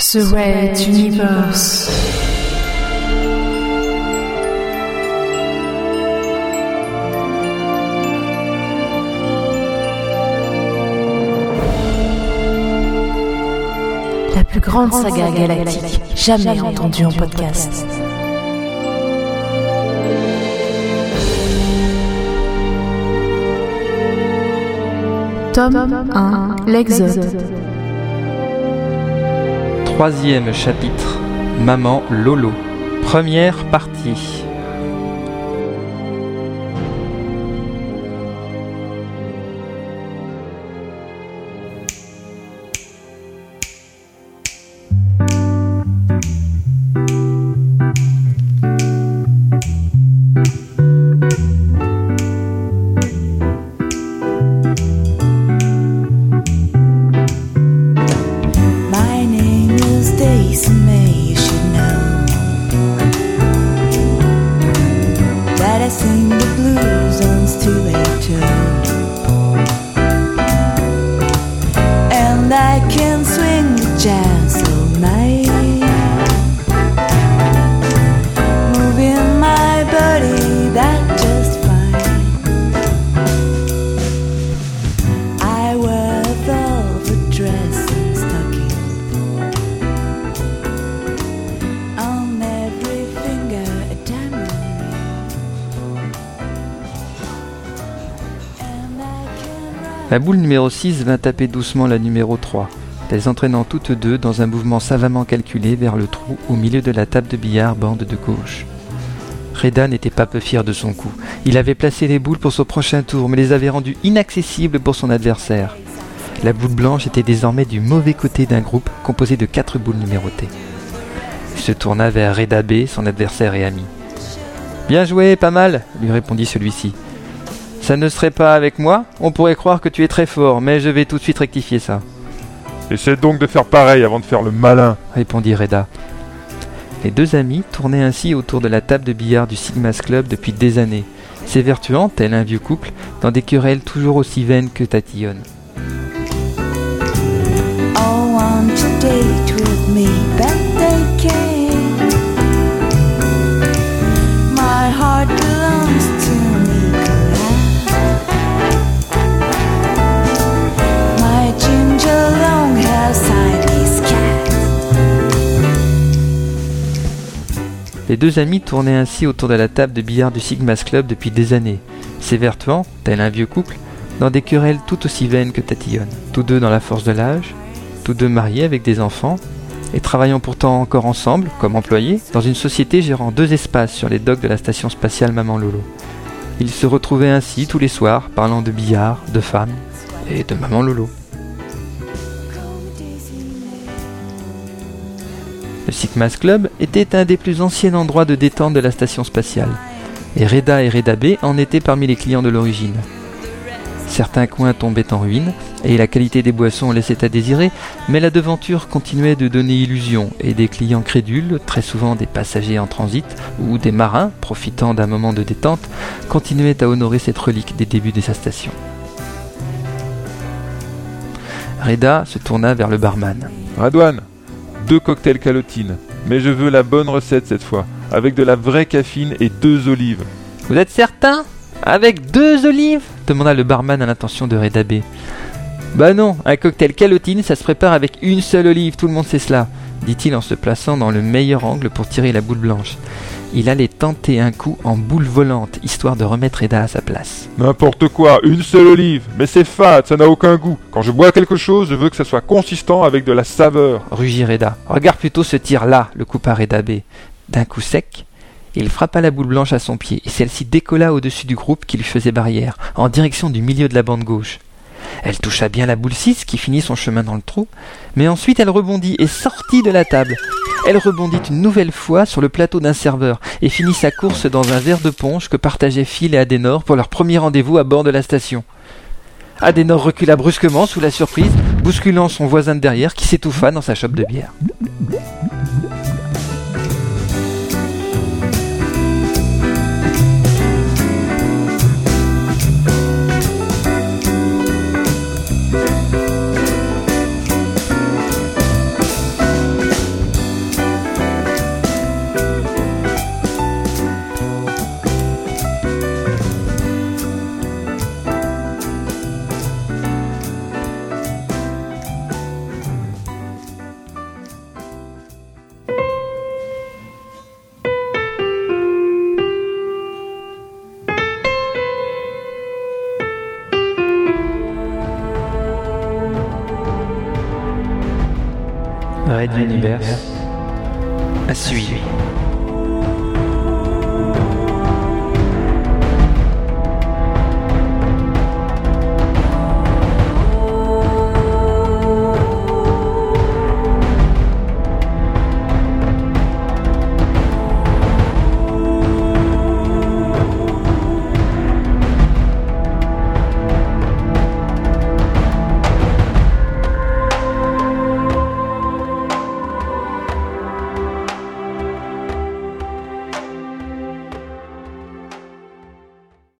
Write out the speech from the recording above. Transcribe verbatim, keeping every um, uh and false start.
The Red Universe. La plus grande saga galactique jamais entendue en podcast. Tome un, l'Exode. Troisième chapitre, Maman Lolo. Première partie. La boule numéro six vint taper doucement la numéro trois, les entraînant toutes deux dans un mouvement savamment calculé vers le trou au milieu de la table de billard bande de gauche. Reda n'était pas peu fier de son coup. Il avait placé les boules pour son prochain tour, mais les avait rendues inaccessibles pour son adversaire. La boule blanche était désormais du mauvais côté d'un groupe composé de quatre boules numérotées. Il se tourna vers Reda B, son adversaire et ami. « Bien joué, pas mal !» lui répondit celui-ci. Ça ne serait pas avec moi, on pourrait croire que tu es très fort, mais je vais tout de suite rectifier ça. Essaie donc de faire pareil avant de faire le malin, répondit Reda. Les deux amis tournaient ainsi autour de la table de billard du Sigma's Club depuis des années, s'évertuant, tel un vieux couple, dans des querelles toujours aussi vaines que tatillonnes. All want to date with me, but they can't. My heart belongs to me. Les deux amis tournaient ainsi autour de la table de billard du Sigma's Club depuis des années, s'évertuant, tel un vieux couple, dans des querelles tout aussi vaines que tatillonnes. Tous deux dans la force de l'âge, tous deux mariés avec des enfants, et travaillant pourtant encore ensemble, comme employés, dans une société gérant deux espaces sur les docks de la station spatiale Maman Lolo. Ils se retrouvaient ainsi tous les soirs, parlant de billard, de femmes et de Maman Lolo. Le Sigma's Club était un des plus anciens endroits de détente de la station spatiale, et Reda et Reda B en étaient parmi les clients de l'origine. Certains coins tombaient en ruine, et la qualité des boissons laissait à désirer, mais la devanture continuait de donner illusion, et des clients crédules, très souvent des passagers en transit, ou des marins, profitant d'un moment de détente, continuaient à honorer cette relique des débuts de sa station. Reda se tourna vers le barman. « Radouane, deux cocktails calotines, mais je veux la bonne recette cette fois, avec de la vraie caffeine et deux olives. »« Vous êtes certain ? Avec deux olives ?» demanda le barman à l'intention de Reda B. « Bah non, un cocktail calotine, ça se prépare avec une seule olive, tout le monde sait cela, » dit-il en se plaçant dans le meilleur angle pour tirer la boule blanche. Il allait tenter un coup en boule volante, histoire de remettre Reda à sa place. « N'importe quoi, une seule olive, mais c'est fade, ça n'a aucun goût. Quand je bois quelque chose, je veux que ça soit consistant avec de la saveur. » rugit Reda. « Regarde plutôt ce tir-là, le coupa Reda B. » D'un coup sec, il frappa la boule blanche à son pied, et celle-ci décolla au-dessus du groupe qui lui faisait barrière, en direction du milieu de la bande gauche. Elle toucha bien la boule six qui finit son chemin dans le trou, mais ensuite elle rebondit et sortit de la table. Elle rebondit une nouvelle fois sur le plateau d'un serveur et finit sa course dans un verre de punch que partageaient Phil et Adenor pour leur premier rendez-vous à bord de la station. Adenor recula brusquement sous la surprise, bousculant son voisin de derrière qui s'étouffa dans sa chope de bière. Red Universe à suivre.